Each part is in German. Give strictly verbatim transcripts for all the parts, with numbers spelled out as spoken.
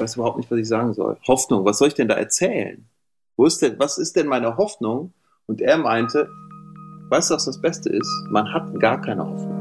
weiß überhaupt nicht, was ich sagen soll. Hoffnung, was soll ich denn da erzählen? Wo ist denn, was ist denn meine Hoffnung? Und er meinte, weißt du, was das Beste ist? Man hat gar keine Hoffnung.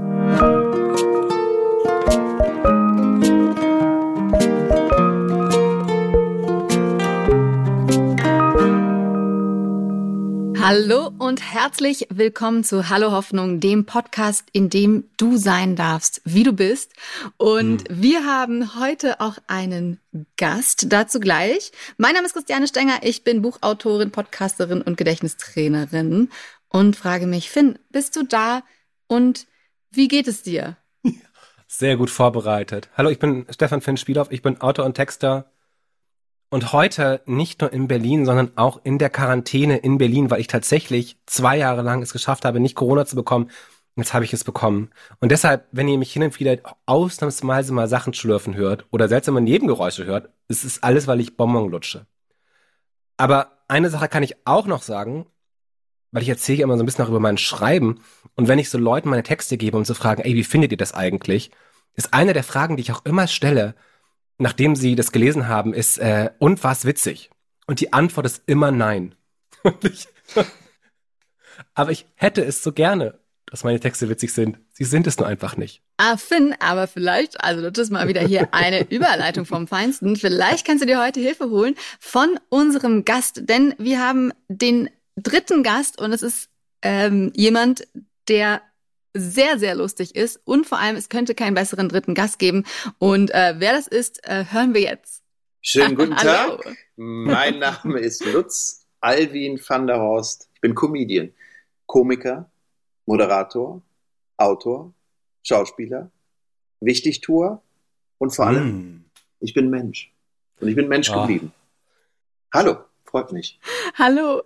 Hallo und herzlich willkommen zu Hallo Hoffnung, dem Podcast, in dem du sein darfst, wie du bist. Und hm. wir haben heute auch einen Gast, dazu gleich. Mein Name ist Christiane Stenger, ich bin Buchautorin, Podcasterin und Gedächtnistrainerin und frage mich, Finn, bist du da und wie geht es dir? Sehr gut vorbereitet. Hallo, ich bin Stefan Finn Spielhoff, ich bin Autor und Texter. Und heute nicht nur in Berlin, sondern auch in der Quarantäne in Berlin, weil ich tatsächlich zwei Jahre lang es geschafft habe, nicht Corona zu bekommen. Jetzt habe ich es bekommen. Und deshalb, wenn ihr mich hin und wieder ausnahmsweise mal Sachen schlürfen hört oder seltsame Nebengeräusche hört, es ist alles, weil ich Bonbon lutsche. Aber eine Sache kann ich auch noch sagen, weil ich erzähle ja immer so ein bisschen auch über mein Schreiben. Und wenn ich so Leuten meine Texte gebe, um zu fragen, ey, wie findet ihr das eigentlich? Ist eine der Fragen, die ich auch immer stelle, nachdem sie das gelesen haben, ist, äh, und war's witzig? Und die Antwort ist immer nein. Und ich, aber ich hätte es so gerne, dass meine Texte witzig sind. Sie sind es nur einfach nicht. Ah, Finn, aber vielleicht, also das ist mal wieder hier eine Überleitung vom Feinsten. Vielleicht kannst du dir heute Hilfe holen von unserem Gast, denn wir haben den dritten Gast und es ist ähm, jemand, der sehr, sehr lustig ist und vor allem, es könnte keinen besseren dritten Gast geben. Und äh, wer das ist, äh, hören wir jetzt. Schönen guten Tag. Mein Name ist Lutz Alwin van der Horst. Ich bin Comedian, Komiker, Moderator, Autor, Schauspieler, Wichtigtuer und vor allem, mm. ich bin Mensch. Und ich bin Mensch oh. geblieben. Hallo, freut mich. Hallo,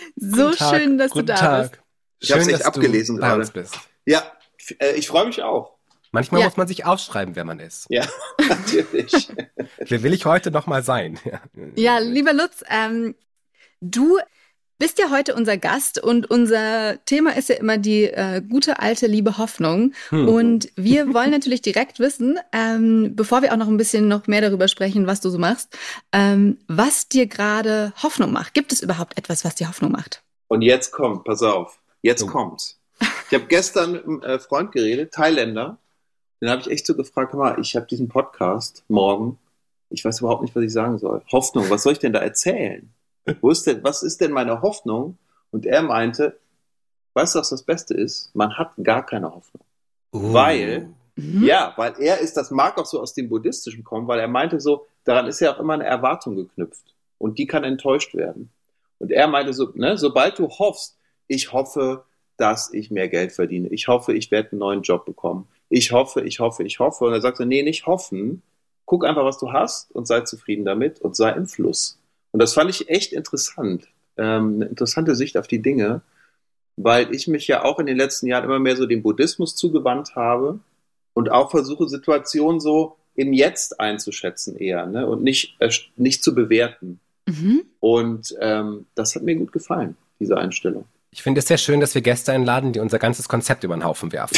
so schön, dass Guten du da Tag. bist. Ich habe es echt abgelesen gerade. Bist. Ja, ich freue mich auch. Manchmal ja. muss man sich aufschreiben, wer man ist. Ja, natürlich. Wer will ich heute noch mal sein? Ja, ja lieber Lutz, ähm, du bist ja heute unser Gast und unser Thema ist ja immer die äh, gute alte liebe Hoffnung. Hm. Und wir wollen natürlich direkt wissen, ähm, bevor wir auch noch ein bisschen noch mehr darüber sprechen, was du so machst, ähm, was dir gerade Hoffnung macht. Gibt es überhaupt etwas, was dir Hoffnung macht? Und jetzt kommt, pass auf, jetzt oh. kommt's. Ich habe gestern mit einem äh, Freund geredet, Thailänder. Den habe ich echt so gefragt, mal, ich habe diesen Podcast morgen. Ich weiß überhaupt nicht, was ich sagen soll. Hoffnung, was soll ich denn da erzählen? Wo ist denn, was ist denn meine Hoffnung? Und er meinte, weißt du, was das Beste ist? Man hat gar keine Hoffnung. Oh. Weil, mhm. ja, weil er ist, das mag auch so aus dem Buddhistischen kommen, weil er meinte so, daran ist ja auch immer eine Erwartung geknüpft. Und die kann enttäuscht werden. Und er meinte so, ne, sobald du hoffst, ich hoffe, dass ich mehr Geld verdiene. Ich hoffe, ich werde einen neuen Job bekommen. Ich hoffe, ich hoffe, ich hoffe. Und er sagt so, nee, nicht hoffen. Guck einfach, was du hast und sei zufrieden damit und sei im Fluss. Und das fand ich echt interessant. Ähm, eine interessante Sicht auf die Dinge, weil ich mich ja auch in den letzten Jahren immer mehr so dem Buddhismus zugewandt habe und auch versuche, Situationen so im Jetzt einzuschätzen eher, ne? Und nicht, äh, nicht zu bewerten. Mhm. Und ähm, das hat mir gut gefallen, diese Einstellung. Ich finde es sehr schön, dass wir Gäste einladen, die unser ganzes Konzept über den Haufen werfen.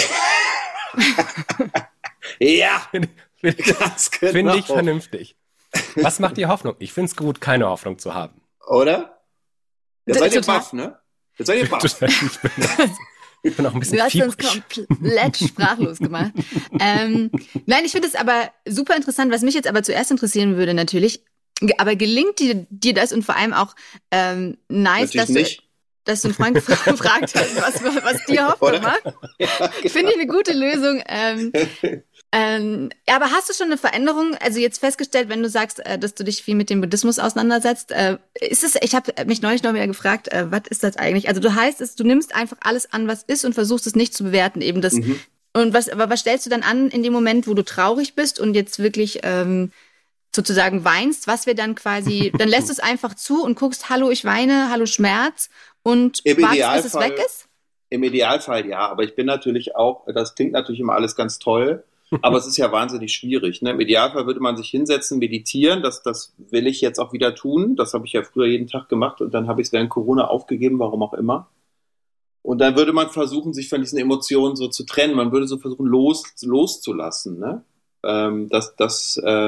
Ja, finde find, genau. find ich vernünftig. Was macht dir Hoffnung? Ich finde es gut, keine Hoffnung zu haben. Oder? Jetzt seid ihr baff, ne? Jetzt seid ihr baff. Ich bin, ich bin auch ein bisschen Du hast uns komplett sprachlos gemacht. ähm, nein, ich finde es aber super interessant. Was mich jetzt aber zuerst interessieren würde natürlich, aber gelingt dir, dir das und vor allem auch ähm, nice, natürlich dass nicht. du... dass du einen Freund gefragt hast, was, was dir Hoffnung macht. Ja, genau. Finde ich eine gute Lösung. Ähm, ähm, aber hast du schon eine Veränderung, also jetzt festgestellt, wenn du sagst, äh, dass du dich viel mit dem Buddhismus auseinandersetzt, äh, ist es, ich habe mich neulich noch wieder gefragt, äh, was ist das eigentlich? Also du heißt es, du nimmst einfach alles an, was ist und versuchst es nicht zu bewerten, eben das. Mhm. Und was, aber was stellst du dann an in dem Moment, wo du traurig bist und jetzt wirklich ähm, sozusagen weinst, was wir dann quasi, dann lässt du es einfach zu und guckst, hallo, ich weine, hallo Schmerz. Und Im wartest, bis es weg ist? Im Idealfall ja, aber ich bin natürlich auch, das klingt natürlich immer alles ganz toll, aber es ist ja wahnsinnig schwierig. Ne? Im Idealfall würde man sich hinsetzen, meditieren, das, das will ich jetzt auch wieder tun, das habe ich ja früher jeden Tag gemacht und dann habe ich es während Corona aufgegeben, warum auch immer. Und dann würde man versuchen, sich von diesen Emotionen so zu trennen, man würde so versuchen, los, loszulassen. Ne? Ähm, das, das, äh,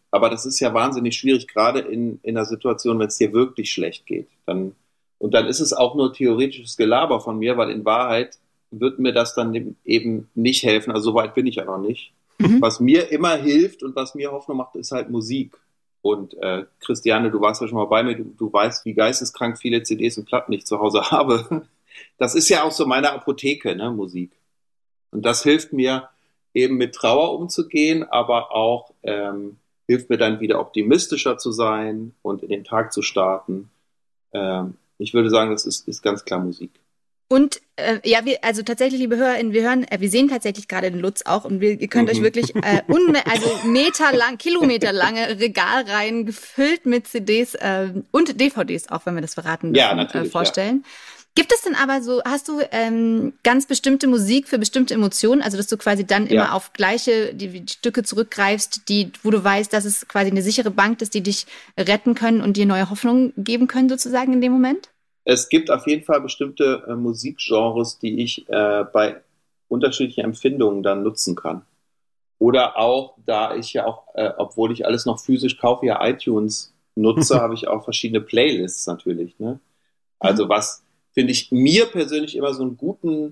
Aber das ist ja wahnsinnig schwierig, gerade in, in einer Situation, wenn es dir wirklich schlecht geht. Dann, und dann ist es auch nur theoretisches Gelaber von mir, weil in Wahrheit wird mir das dann eben nicht helfen. Also so weit bin ich ja noch nicht. Mhm. Was mir immer hilft und was mir Hoffnung macht, ist halt Musik. Und äh, Christiane, du warst ja schon mal bei mir, du, du weißt, wie geisteskrank viele C Ds und Platten ich zu Hause habe. Das ist ja auch so meine Apotheke, ne, Musik. Und das hilft mir eben mit Trauer umzugehen, aber auch ähm, hilft mir dann wieder optimistischer zu sein und in den Tag zu starten. Ähm, ich würde sagen, das ist, ist ganz klar Musik. Und äh, ja, wir, also tatsächlich, liebe HörerInnen, wir hören, äh, wir sehen tatsächlich gerade den Lutz auch und wir, ihr könnt mhm. euch wirklich äh, unme- also meterlang, kilometerlange Regalreihen gefüllt mit C Ds äh, und D V Ds, auch wenn wir das verraten ja, dürfen, natürlich, äh, vorstellen. Ja. Gibt es denn aber so, hast du ähm, ganz bestimmte Musik für bestimmte Emotionen, also dass du quasi dann immer ja. auf gleiche die, die Stücke zurückgreifst, die, wo du weißt, dass es quasi eine sichere Bank ist, die dich retten können und dir neue Hoffnung geben können sozusagen in dem Moment? Es gibt auf jeden Fall bestimmte äh, Musikgenres, die ich äh, bei unterschiedlichen Empfindungen dann nutzen kann. Oder auch, da ich ja auch, äh, obwohl ich alles noch physisch kaufe, ja iTunes nutze, habe ich auch verschiedene Playlists natürlich. Ne? Also was, finde ich, mir persönlich immer so eine guten,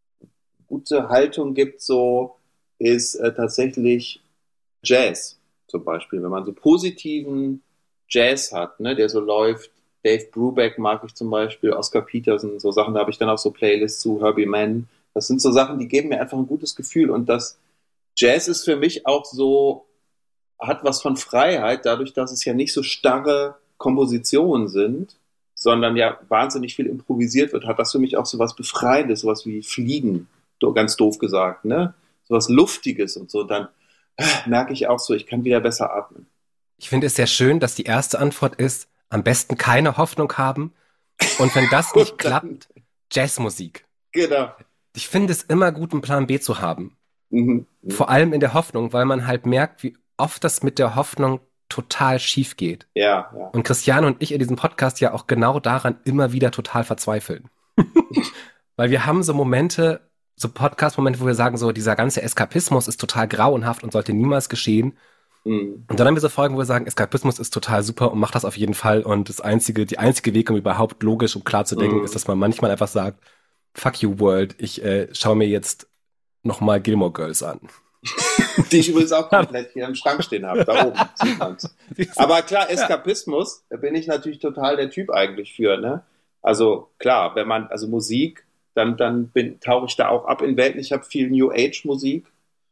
gute Haltung gibt, so ist äh, tatsächlich Jazz zum Beispiel. Wenn man so positiven Jazz hat, ne, der so läuft, Dave Brubeck mag ich zum Beispiel, Oscar Peterson, so Sachen, da habe ich dann auch so Playlists zu, Herbie Mann. Das sind so Sachen, die geben mir einfach ein gutes Gefühl. Und das Jazz ist für mich auch so, hat was von Freiheit, dadurch, dass es ja nicht so starre Kompositionen sind, sondern ja wahnsinnig viel improvisiert wird, hat das für mich auch so was Befreiendes, sowas wie Fliegen, ganz doof gesagt, ne? Sowas Luftiges und so. Und dann äh, merke ich auch so, ich kann wieder besser atmen. Ich finde es sehr schön, dass die erste Antwort ist, am besten keine Hoffnung haben. Und wenn das nicht klappt, Jazzmusik. Genau. Ich finde es immer gut, einen Plan B zu haben. Mhm. Vor allem in der Hoffnung, weil man halt merkt, wie oft das mit der Hoffnung total schief geht. Ja, ja. Und Christiane und ich in diesem Podcast ja auch genau daran immer wieder total verzweifeln. Weil wir haben so Momente, so Podcast-Momente, wo wir sagen, so dieser ganze Eskapismus ist total grauenhaft und sollte niemals geschehen. Mhm. Und dann haben wir so Folgen, wo wir sagen, Eskapismus ist total super und macht das auf jeden Fall. Und das einzige, die einzige Weg, um überhaupt logisch und klar zu denken, Mhm. ist, dass man manchmal einfach sagt, fuck you world, ich äh, schaue mir jetzt nochmal Gilmore Girls an. Die ich übrigens auch komplett hier im Schrank stehen habe, da oben. Sieht man's. Aber klar, Eskapismus, da bin ich natürlich total der Typ eigentlich für, ne? Also klar, wenn man, also Musik, dann, dann bin, tauche ich da auch ab in Welten. Ich habe viel New Age Musik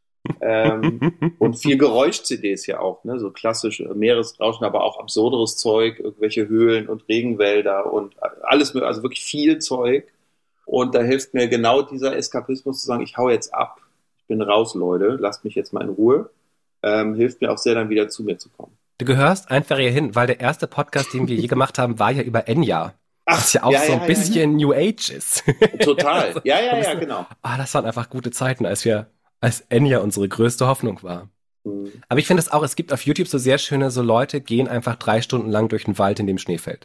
ähm, und viel Geräusch-C Ds ja auch, ne? So klassisch Meeresrauschen, aber auch absurderes Zeug, irgendwelche Höhlen und Regenwälder und alles, also wirklich viel Zeug. Und da hilft mir genau dieser Eskapismus zu sagen, ich hau jetzt ab. Bin raus, Leute, lasst mich jetzt mal in Ruhe. Ähm, hilft mir auch sehr, dann wieder zu mir zu kommen. Du gehörst einfach hier hin, weil der erste Podcast, den wir je gemacht haben, war ja über Enya. Ach, was ja auch ja, so ein ja, bisschen ja, ja. New Age ist. Total. Also, ja, ja, ja, genau. Ah, das waren einfach gute Zeiten, als wir, als Enya unsere größte Hoffnung war. Mhm. Aber ich finde es auch, es gibt auf YouTube so sehr schöne, so Leute gehen einfach drei Stunden lang durch den Wald, in dem Schnee fällt.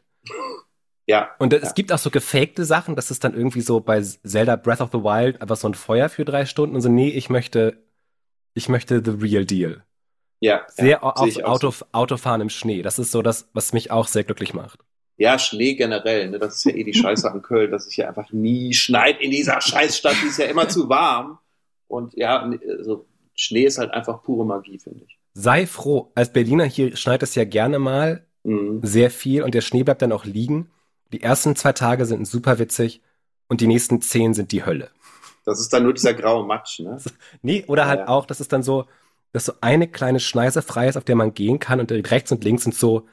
Ja. Und es ja. gibt auch so gefakte Sachen, das ist dann irgendwie so bei Zelda Breath of the Wild einfach so ein Feuer für drei Stunden und so, nee, ich möchte, ich möchte the real deal. Ja. Sehr ja, auf Auto, so. Autofahren im Schnee. Das ist so das, was mich auch sehr glücklich macht. Ja, Schnee generell, ne? Das ist ja eh die Scheiße an Köln, dass es hier einfach nie schneit in dieser Scheißstadt, die ist ja immer zu warm. Und ja, also Schnee ist halt einfach pure Magie, finde ich. Sei froh, als Berliner hier schneit es ja gerne mal mhm. sehr viel und der Schnee bleibt dann auch liegen. Die ersten zwei Tage sind super witzig und die nächsten zehn sind die Hölle. Das ist dann nur dieser graue Matsch, ne? Nee, oder ja, halt ja. auch, das ist dann so, dass so eine kleine Schneise frei ist, auf der man gehen kann und rechts und links sind so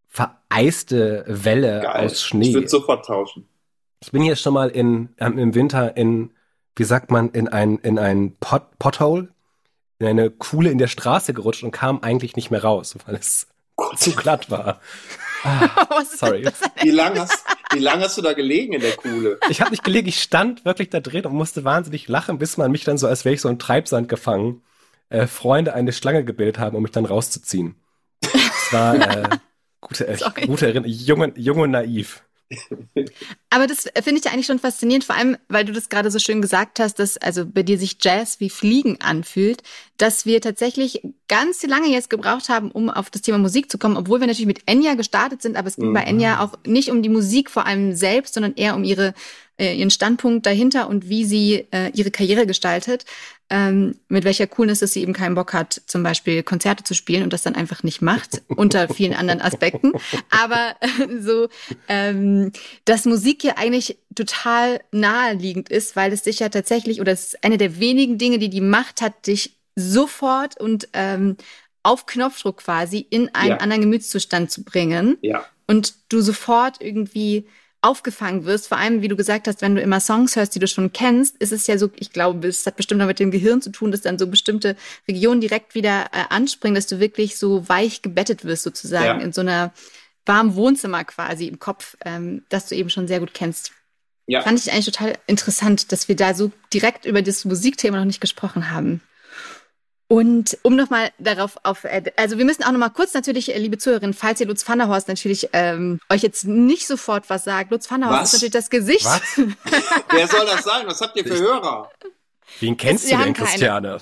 vereiste Wälle Geil. aus Schnee. Ich würde sofort tauschen. Ich bin hier schon mal in, ähm, im Winter in, wie sagt man, in ein, in ein Pot, Pothole, in eine Kuhle in der Straße gerutscht und kam eigentlich nicht mehr raus, weil es zu glatt war. Ah, sorry. Wie lange hast, wie lang hast du da gelegen in der Kuhle? Ich habe nicht gelegen, ich stand wirklich da drin und musste wahnsinnig lachen, bis man mich dann so, als wäre ich so in Treibsand gefangen, äh, Freunde eine Schlange gebildet haben, um mich dann rauszuziehen. Das war äh, gute, äh, gute Erinnerung, jung, jung und naiv. Aber das finde ich ja eigentlich schon faszinierend, vor allem, weil du das gerade so schön gesagt hast, dass also bei dir sich Jazz wie Fliegen anfühlt, dass wir tatsächlich ganz lange jetzt gebraucht haben, um auf das Thema Musik zu kommen, obwohl wir natürlich mit Enya gestartet sind, aber es ging mhm. bei Enya auch nicht um die Musik vor allem selbst, sondern eher um ihre äh, ihren Standpunkt dahinter und wie sie äh, ihre Karriere gestaltet. Ähm, mit welcher Coolness, dass sie eben keinen Bock hat, zum Beispiel Konzerte zu spielen und das dann einfach nicht macht, unter vielen anderen Aspekten. Aber äh, so, ähm, dass Musik hier eigentlich total naheliegend ist, weil es dich ja tatsächlich, oder es ist eine der wenigen Dinge, die die Macht hat, dich sofort und ähm, auf Knopfdruck quasi in einen ja. anderen Gemütszustand zu bringen. Ja. Und du sofort irgendwie aufgefangen wirst, vor allem, wie du gesagt hast, wenn du immer Songs hörst, die du schon kennst, ist es ja so, ich glaube, es hat bestimmt auch mit dem Gehirn zu tun, dass dann so bestimmte Regionen direkt wieder äh, anspringen, dass du wirklich so weich gebettet wirst sozusagen, ja. in so einer warmen Wohnzimmer quasi im Kopf, ähm, das du eben schon sehr gut kennst. Ja. Fand ich eigentlich total interessant, dass wir da so direkt über das Musikthema noch nicht gesprochen haben. Und um nochmal darauf auf, also wir müssen auch nochmal kurz natürlich, liebe Zuhörerinnen, falls ihr Lutz van der Horst natürlich ähm, euch jetzt nicht sofort was sagt, Lutz van der Horst was? Ist natürlich das Gesicht. Was? Wer soll das sein? Was habt ihr für Hörer? Wen kennst es, du denn, Christiane?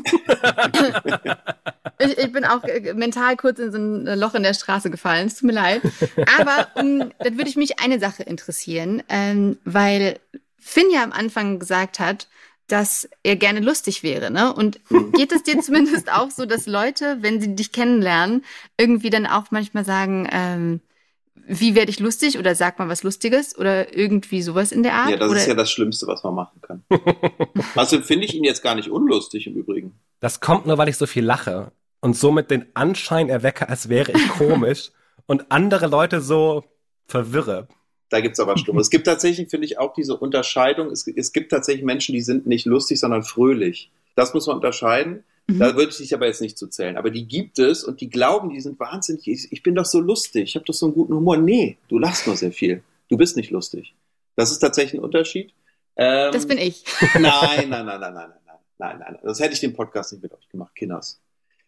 ich, ich bin auch mental kurz in so ein Loch in der Straße gefallen, es tut mir leid. Aber um, dann würde ich mich eine Sache interessieren, ähm, weil Finn ja am Anfang gesagt hat, dass er gerne lustig wäre, ne? Und geht es dir zumindest auch so, dass Leute, wenn sie dich kennenlernen, irgendwie dann auch manchmal sagen, ähm, wie werde ich lustig oder sag mal was Lustiges oder irgendwie sowas in der Art? Ja, das oder? ist ja das Schlimmste, was man machen kann. Also finde ich ihn jetzt gar nicht unlustig im Übrigen. Das kommt nur, weil ich so viel lache und somit den Anschein erwecke, als wäre ich komisch und andere Leute so verwirre. Da gibt's aber Stumme. Es gibt tatsächlich, finde ich, auch diese Unterscheidung. Es, es gibt tatsächlich Menschen, die sind nicht lustig, sondern fröhlich. Das muss man unterscheiden. Mhm. Da würde ich dich aber jetzt nicht zu zählen. Aber die gibt es und die glauben, die sind wahnsinnig. Ich, ich bin doch so lustig. Ich habe doch so einen guten Humor. Nee, du lachst nur sehr viel. Du bist nicht lustig. Das ist tatsächlich ein Unterschied. Ähm, das bin ich. Nein, nein, nein, nein, nein, nein, nein, nein, nein. Das hätte ich den Podcast nicht mit euch gemacht, Kinders.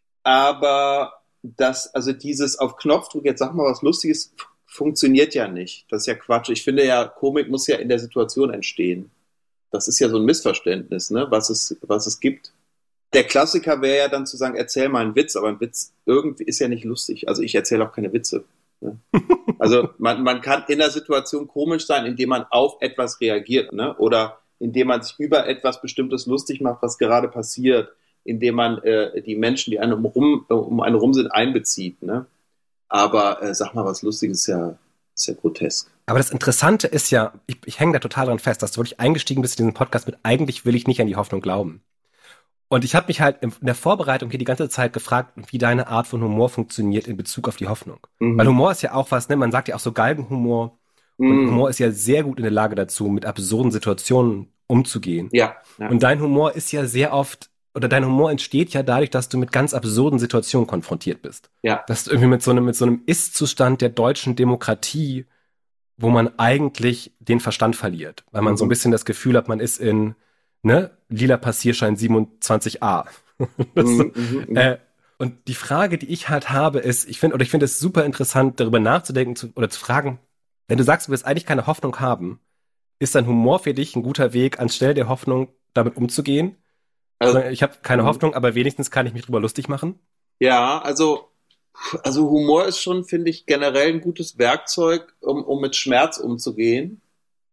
Aber das, also dieses auf Knopfdruck, jetzt sag mal was Lustiges, funktioniert ja nicht. Das ist ja Quatsch. Ich finde ja, Komik muss ja in der Situation entstehen. Das ist ja so ein Missverständnis, ne, was es, was es gibt. Der Klassiker wäre ja dann zu sagen, erzähl mal einen Witz, aber ein Witz irgendwie ist ja nicht lustig. Also ich erzähle auch keine Witze. Ne? Also man, man kann in der Situation komisch sein, indem man auf etwas reagiert, ne, oder indem man sich über etwas Bestimmtes lustig macht, was gerade passiert, indem man äh, die Menschen, die einem rum, um einen rum sind, einbezieht, ne. Aber äh, sag mal, was Lustiges ist ja, ist ja grotesk. Aber das Interessante ist ja, ich, ich hänge da total dran fest, dass du wirklich eingestiegen bist in diesen Podcast mit eigentlich will ich nicht an die Hoffnung glauben. Und ich habe mich halt in der Vorbereitung hier die ganze Zeit gefragt, wie deine Art von Humor funktioniert in Bezug auf die Hoffnung. Mhm. Weil Humor ist ja auch was, ne? Man sagt ja auch so Galgenhumor. Mhm. Und Humor ist ja sehr gut in der Lage dazu, mit absurden Situationen umzugehen. Ja, ja. Und dein Humor ist ja sehr oft oder dein Humor entsteht ja dadurch, dass du mit ganz absurden Situationen konfrontiert bist. Ja. Dass du irgendwie mit so einem, mit so einem Ist-Zustand der deutschen Demokratie, wo man eigentlich den Verstand verliert. Weil man mhm. so ein bisschen das Gefühl hat, man ist in, ne, lila Passierschein siebenundzwanzig a. das, mhm, mhm, äh, und die Frage, die ich halt habe, ist, ich finde, oder ich finde es super interessant, darüber nachzudenken zu, oder zu fragen, wenn du sagst, du willst eigentlich keine Hoffnung haben, ist dein Humor für dich ein guter Weg, anstelle der Hoffnung damit umzugehen? Also, ich habe keine Hoffnung, aber wenigstens kann ich mich drüber lustig machen. Ja, also, also Humor ist schon, finde ich, generell ein gutes Werkzeug, um, um mit Schmerz umzugehen.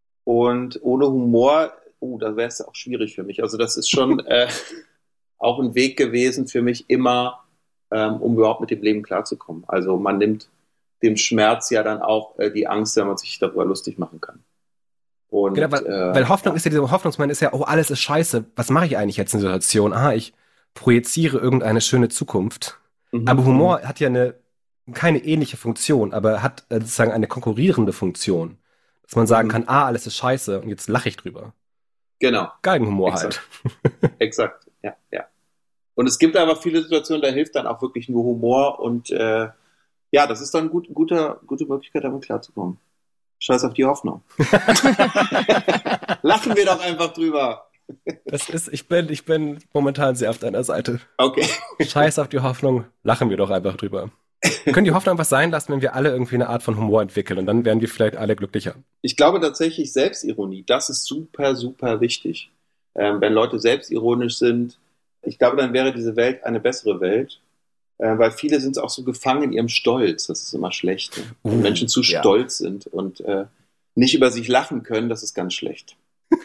Und ohne Humor, oh, da wäre es auch schwierig für mich. Also das ist schon äh, auch ein Weg gewesen für mich immer, ähm, um überhaupt mit dem Leben klarzukommen. Also man nimmt dem Schmerz ja dann auch äh, die Angst, wenn man sich darüber lustig machen kann. Und, genau, weil, äh, weil Hoffnung ja. ist ja, dieser Hoffnungsmoment ist ja, oh, alles ist scheiße. Was mache ich eigentlich jetzt in der Situation? Ah, ich projiziere irgendeine schöne Zukunft. Mhm. Aber Humor hat ja eine, keine ähnliche Funktion, aber hat äh, sozusagen eine konkurrierende Funktion. Dass man sagen mhm. kann, ah, alles ist scheiße und jetzt lache ich drüber. Genau. Galgenhumor Exakt. halt. Exakt, ja, ja. Und es gibt aber viele Situationen, da hilft dann auch wirklich nur Humor und äh, ja, das ist dann eine gut, gute, gute Möglichkeit, damit klarzukommen. Scheiß auf die Hoffnung. Lachen wir doch einfach drüber. Das ist, ich bin, ich bin momentan sehr auf deiner Seite. Okay. Scheiß auf die Hoffnung, lachen wir doch einfach drüber. Wir können die Hoffnung einfach sein lassen, wenn wir alle irgendwie eine Art von Humor entwickeln und dann werden wir vielleicht alle glücklicher. Ich glaube tatsächlich Selbstironie, das ist super, super wichtig. Ähm, wenn Leute selbstironisch sind, ich glaube, dann wäre diese Welt eine bessere Welt, äh, weil viele sind auch so gefangen in ihrem Stolz, das ist immer schlecht. Ne? Uh, Wenn Menschen zu ja. stolz sind und äh, nicht über sich lachen können, das ist ganz schlecht.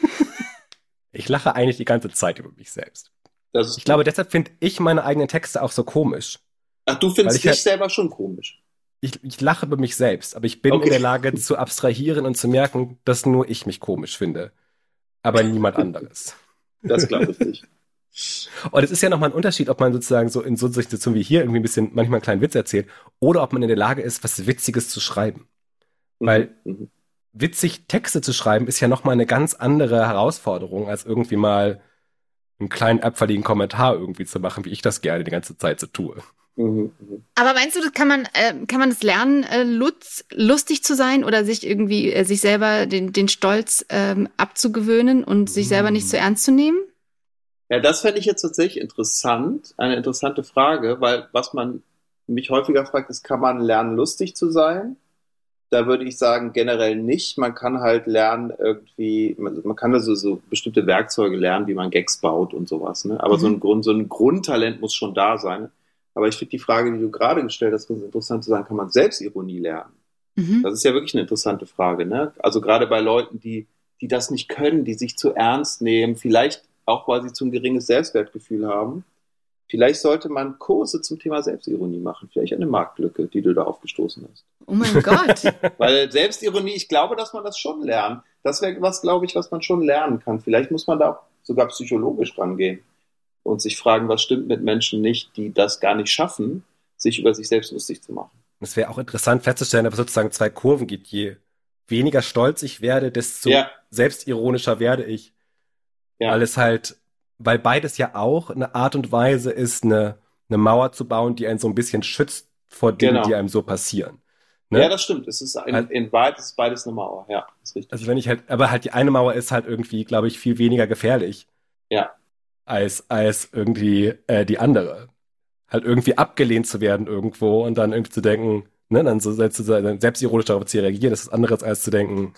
Ich lache eigentlich die ganze Zeit über mich selbst. Das ist Ich glaube, deshalb finde ich meine eigenen Texte auch so komisch. Ach, du findest ich dich halt- selber schon komisch. Ich, ich lache über mich selbst, aber ich bin Okay. in der Lage zu abstrahieren und zu merken, dass nur ich mich komisch finde. Aber niemand anderes. Das glaube ich nicht. Und es ist ja nochmal ein Unterschied, ob man sozusagen so in so einer Situation wie hier irgendwie ein bisschen manchmal einen kleinen Witz erzählt oder ob man in der Lage ist, was Witziges zu schreiben. Weil Mhm. witzig Texte zu schreiben ist ja nochmal eine ganz andere Herausforderung, als irgendwie mal einen kleinen abfälligen Kommentar irgendwie zu machen, wie ich das gerne die ganze Zeit so tue. Mhm. Mhm. Aber meinst du, das kann man, äh, kann man das lernen, äh, lutz, lustig zu sein oder sich irgendwie, äh, sich selber den, den Stolz ähm, abzugewöhnen und sich selber nicht so ernst zu nehmen? Ja, das fände ich jetzt tatsächlich interessant, eine interessante Frage, weil was man mich häufiger fragt, ist, kann man lernen, lustig zu sein? Da würde ich sagen, generell nicht. Man kann halt lernen, irgendwie, man, man kann also so bestimmte Werkzeuge lernen, wie man Gags baut und sowas. Ne? Aber Mhm. so ein Grund, so ein Grundtalent muss schon da sein. Aber ich finde die Frage, die du gerade gestellt hast, ganz interessant zu sagen, kann man Selbstironie lernen? Mhm. Das ist ja wirklich eine interessante Frage. Ne? Also gerade bei Leuten, die, die das nicht können, die sich zu ernst nehmen, vielleicht auch, weil sie zu ein geringes Selbstwertgefühl haben. Vielleicht sollte man Kurse zum Thema Selbstironie machen. Vielleicht eine Marktlücke, die du da aufgestoßen hast. Oh mein Gott. Weil Selbstironie, ich glaube, dass man das schon lernt. Das wäre was, glaube ich, was man schon lernen kann. Vielleicht muss man da auch sogar psychologisch rangehen und sich fragen, was stimmt mit Menschen nicht, die das gar nicht schaffen, sich über sich selbst lustig zu machen. Es wäre auch interessant festzustellen, dass es sozusagen zwei Kurven gibt. Je weniger stolz ich werde, desto Ja. selbstironischer werde ich. Ja. Weil es halt, weil beides ja auch eine Art und Weise ist, eine, eine Mauer zu bauen, die einen so ein bisschen schützt vor Dingen, Genau. die einem so passieren. Ne? Ja, das stimmt. Es ist ein, Also- in Wahrheit ist beides eine Mauer. Ja, ist richtig. Also wenn ich halt, aber halt die eine Mauer ist halt irgendwie, glaube ich, viel weniger gefährlich. Ja. Als, als irgendwie äh, die andere. Halt irgendwie abgelehnt zu werden irgendwo und dann irgendwie zu denken, ne, dann so selbst, dann selbstironisch darauf zu reagieren, das ist anderes als zu denken,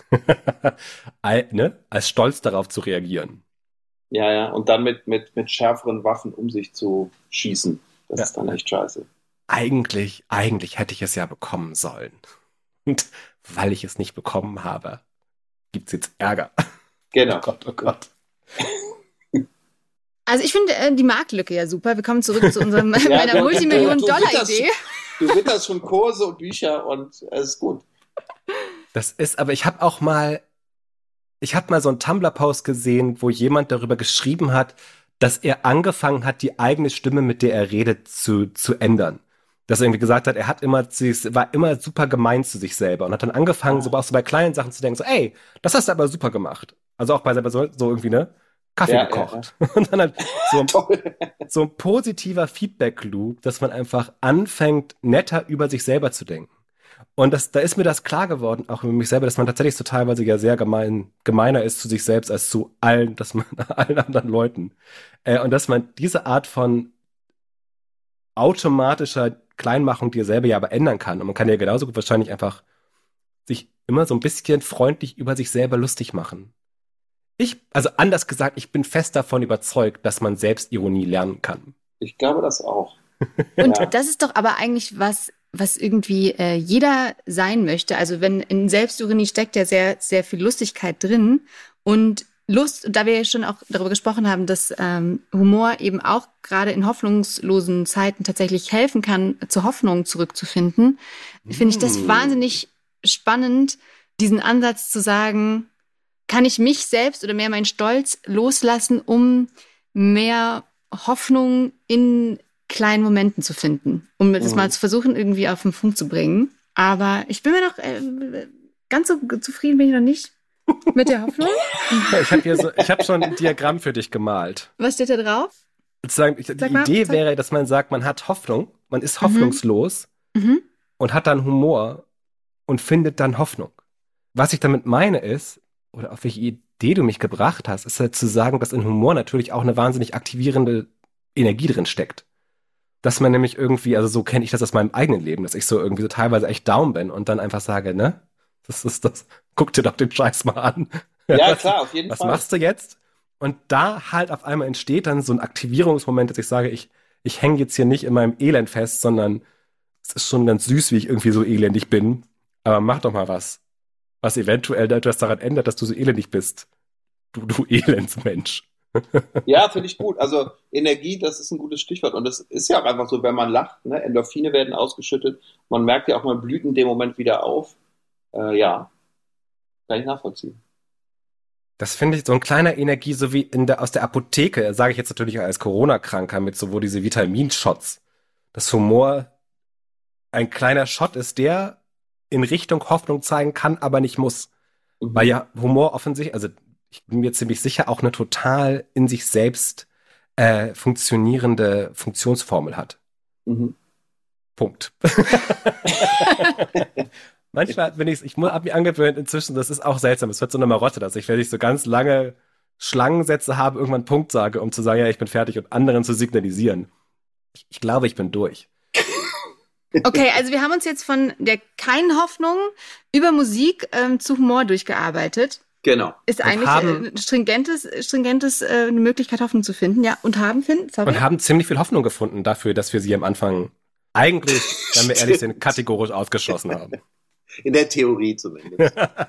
al- ne, als stolz darauf zu reagieren. Ja, ja. Und dann mit, mit, mit schärferen Waffen um sich zu schießen. Das Ja. ist dann echt scheiße. Eigentlich, eigentlich hätte ich es ja bekommen sollen. Und weil ich es nicht bekommen habe, gibt's jetzt Ärger. Genau. Oh Gott, oh Gott. Also ich finde äh, die Marktlücke ja super. Wir kommen zurück zu unserem, Ja, meiner du- Multimillion-Dollar-Idee. Du witterst schon Kurse und Bücher und es ist gut. Das ist, aber ich habe auch mal, ich habe mal so einen Tumblr-Post gesehen, wo jemand darüber geschrieben hat, dass er angefangen hat, die eigene Stimme, mit der er redet, zu, zu ändern. Dass er irgendwie gesagt hat, er hat immer, war immer super gemein zu sich selber und hat dann angefangen, so auch so bei kleinen Sachen zu denken, so, ey, das hast du aber super gemacht. Also auch bei selber so, so irgendwie, ne? Kaffee Ja, gekocht. Und dann halt so, Toll. so ein positiver Feedback-Loop, dass man einfach anfängt, netter über sich selber zu denken. Und das, da ist mir das klar geworden, auch über mich selber, dass man tatsächlich so teilweise ja sehr gemein, gemeiner ist zu sich selbst als zu allen, dass man allen anderen Leuten. Äh, und dass man diese Art von automatischer Kleinmachung dir selber ja aber ändern kann. Und man kann ja genauso gut wahrscheinlich einfach sich immer so ein bisschen freundlich über sich selber lustig machen. Ich, also anders gesagt, ich bin fest davon überzeugt, dass man Selbstironie lernen kann. Ich glaube das auch. Und Ja. das ist doch aber eigentlich was, was irgendwie äh, jeder sein möchte. Also wenn in Selbstironie steckt ja sehr, sehr viel Lustigkeit drin. Und Lust, da wir ja schon auch darüber gesprochen haben, dass ähm, Humor eben auch gerade in hoffnungslosen Zeiten tatsächlich helfen kann, zur Hoffnung zurückzufinden, finde ich das Mm. wahnsinnig spannend, diesen Ansatz zu sagen, kann ich mich selbst oder mehr meinen Stolz loslassen, um mehr Hoffnung in kleinen Momenten zu finden, um das Mhm. mal zu versuchen, irgendwie auf den Punkt zu bringen. Aber ich bin mir noch äh, ganz so zufrieden bin ich noch nicht mit der Hoffnung. Ich habe hier so, ich habe schon ein Diagramm für dich gemalt. Was steht da drauf? Sozusagen, ich, die Sag mal, Idee sag. wäre, dass man sagt, man hat Hoffnung, man ist hoffnungslos Mhm. und hat dann Humor und findet dann Hoffnung. Was ich damit meine ist, oder auf welche Idee du mich gebracht hast, ist halt zu sagen, dass in Humor natürlich auch eine wahnsinnig aktivierende Energie drin steckt. dass man nämlich irgendwie, also so kenne ich das aus meinem eigenen Leben, dass ich so irgendwie so teilweise echt down bin und dann einfach sage, ne, das ist das, guck dir doch den Scheiß mal an. Ja, was, klar, auf jeden was Fall. Was machst du jetzt? Und da halt auf einmal entsteht dann so ein Aktivierungsmoment, dass ich sage, ich, ich hänge jetzt hier nicht in meinem Elend fest, sondern es ist schon ganz süß, wie ich irgendwie so elendig bin. Aber mach doch mal was, was eventuell etwas daran ändert, dass du so elendig bist. Du, du Elendsmensch. Ja, finde ich gut. Also Energie, das ist ein gutes Stichwort. Und das ist ja auch einfach so, wenn man lacht, ne? Endorphine werden ausgeschüttet. Man merkt ja auch, man blüht in dem Moment wieder auf. Äh, ja, kann ich nachvollziehen. Das finde ich so ein kleiner Energie, so wie in der, aus der Apotheke, sage ich jetzt natürlich als Corona-Kranker mit so wo diese Vitaminshots. Dass Humor ein kleiner Shot ist, der in Richtung Hoffnung zeigen kann, aber nicht muss. Mhm. Weil ja Humor offensichtlich, also ich bin mir ziemlich sicher, auch eine total in sich selbst äh, funktionierende Funktionsformel hat. Mhm. Punkt. Manchmal bin ich, ich habe mich angewöhnt inzwischen, das ist auch seltsam, es wird so eine Marotte, dass ich, wenn ich so ganz lange Schlangensätze habe, irgendwann einen Punkt sage, um zu sagen, ja, ich bin fertig und anderen zu signalisieren. Ich, ich glaube, ich bin durch. Okay, also wir haben uns jetzt von der keinen Hoffnung über Musik ähm, zu Humor durchgearbeitet. Genau. Ist und eigentlich haben, äh, stringentes, stringentes äh, eine Möglichkeit, Hoffnung zu finden. Ja, und haben finden, sorry. Und haben ziemlich viel Hoffnung gefunden dafür, dass wir sie am Anfang eigentlich, wenn wir ehrlich sind, kategorisch ausgeschlossen haben. In der Theorie zumindest.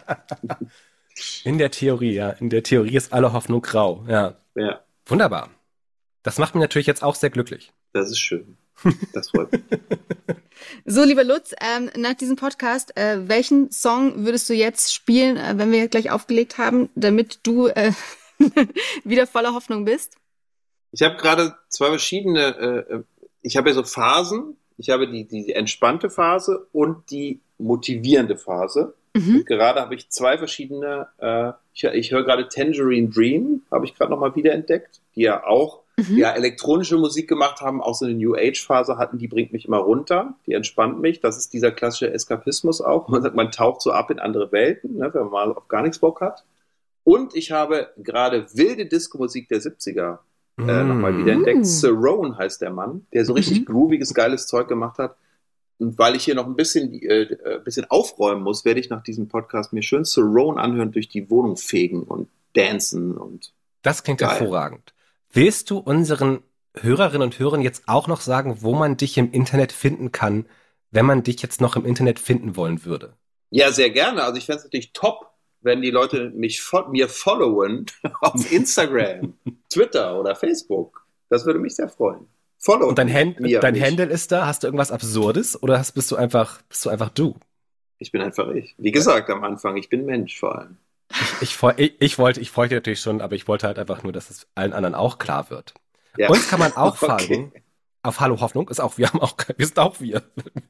In der Theorie, ja. In der Theorie ist alle Hoffnung grau. Ja. Ja. Wunderbar. Das macht mich natürlich jetzt auch sehr glücklich. Das ist schön. Das freut mich. So, lieber Lutz, ähm, nach diesem Podcast, äh, welchen Song würdest du jetzt spielen, äh, wenn wir gleich aufgelegt haben, damit du äh, wieder voller Hoffnung bist? Ich habe gerade zwei verschiedene, äh, ich habe ja so Phasen. Ich habe die, die entspannte Phase und die motivierende Phase. Mhm. Und gerade habe ich zwei verschiedene, äh, ich, ich höre gerade Tangerine Dream, habe ich gerade nochmal wiederentdeckt, die ja auch mhm. ja, elektronische Musik gemacht haben, auch so eine New Age Phase hatten, die bringt mich immer runter, die entspannt mich. Das ist dieser klassische Eskapismus auch. Man sagt, man taucht so ab in andere Welten, ne, wenn man mal auf gar nichts Bock hat. Und ich habe gerade wilde Disco-Musik der siebziger Äh, mm. nochmal wieder entdeckt. Uh. Cerrone heißt der Mann, der so richtig mhm. grooviges, geiles Zeug gemacht hat. Und weil ich hier noch ein bisschen, äh, ein bisschen aufräumen muss, werde ich nach diesem Podcast mir schön Cerrone anhören, durch die Wohnung fegen und dancen und. Das klingt geil. Hervorragend. Willst du unseren Hörerinnen und Hörern jetzt auch noch sagen, wo man dich im Internet finden kann, wenn man dich jetzt noch im Internet finden wollen würde? Ja, sehr gerne. Also ich fände es natürlich top, wenn die Leute mich fo- mir followen auf Instagram, Twitter oder Facebook. Das würde mich sehr freuen. Follow Und dein, Hand- dein Handle ist da? Hast du irgendwas Absurdes oder hast, bist du einfach, bist du einfach du? Ich bin einfach ich. Wie gesagt am Anfang, ich bin Mensch vor allem. Ich, ich, ich, ich wollte, ich folge natürlich schon, aber ich wollte halt einfach nur, dass es allen anderen auch klar wird. Ja. Uns kann man auch okay. folgen auf Hallo Hoffnung. Ist auch, wir haben auch, wir sind auch wir.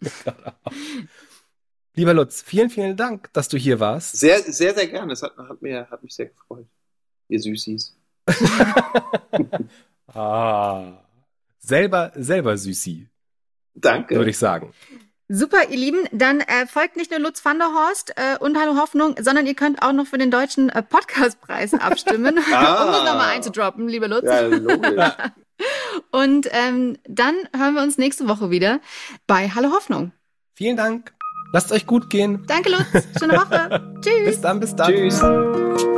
Lieber Lutz, vielen, vielen Dank, dass du hier warst. Sehr, sehr, sehr gerne. Es hat, hat, mir, hat mich sehr gefreut. Ihr Süßis. ah, selber, selber Süßi. Danke. Würde ich sagen. Super, ihr Lieben. Dann äh, folgt nicht nur Lutz van der Horst äh, und Hallo Hoffnung, sondern ihr könnt auch noch für den deutschen äh, Podcastpreis abstimmen, ah. um das nochmal einzudroppen, lieber Lutz. Ja, logisch. Und ähm, dann hören wir uns nächste Woche wieder bei Hallo Hoffnung. Vielen Dank. Lasst euch gut gehen. Danke, Lutz. Schöne Woche. Tschüss. Bis dann, bis dann. Tschüss.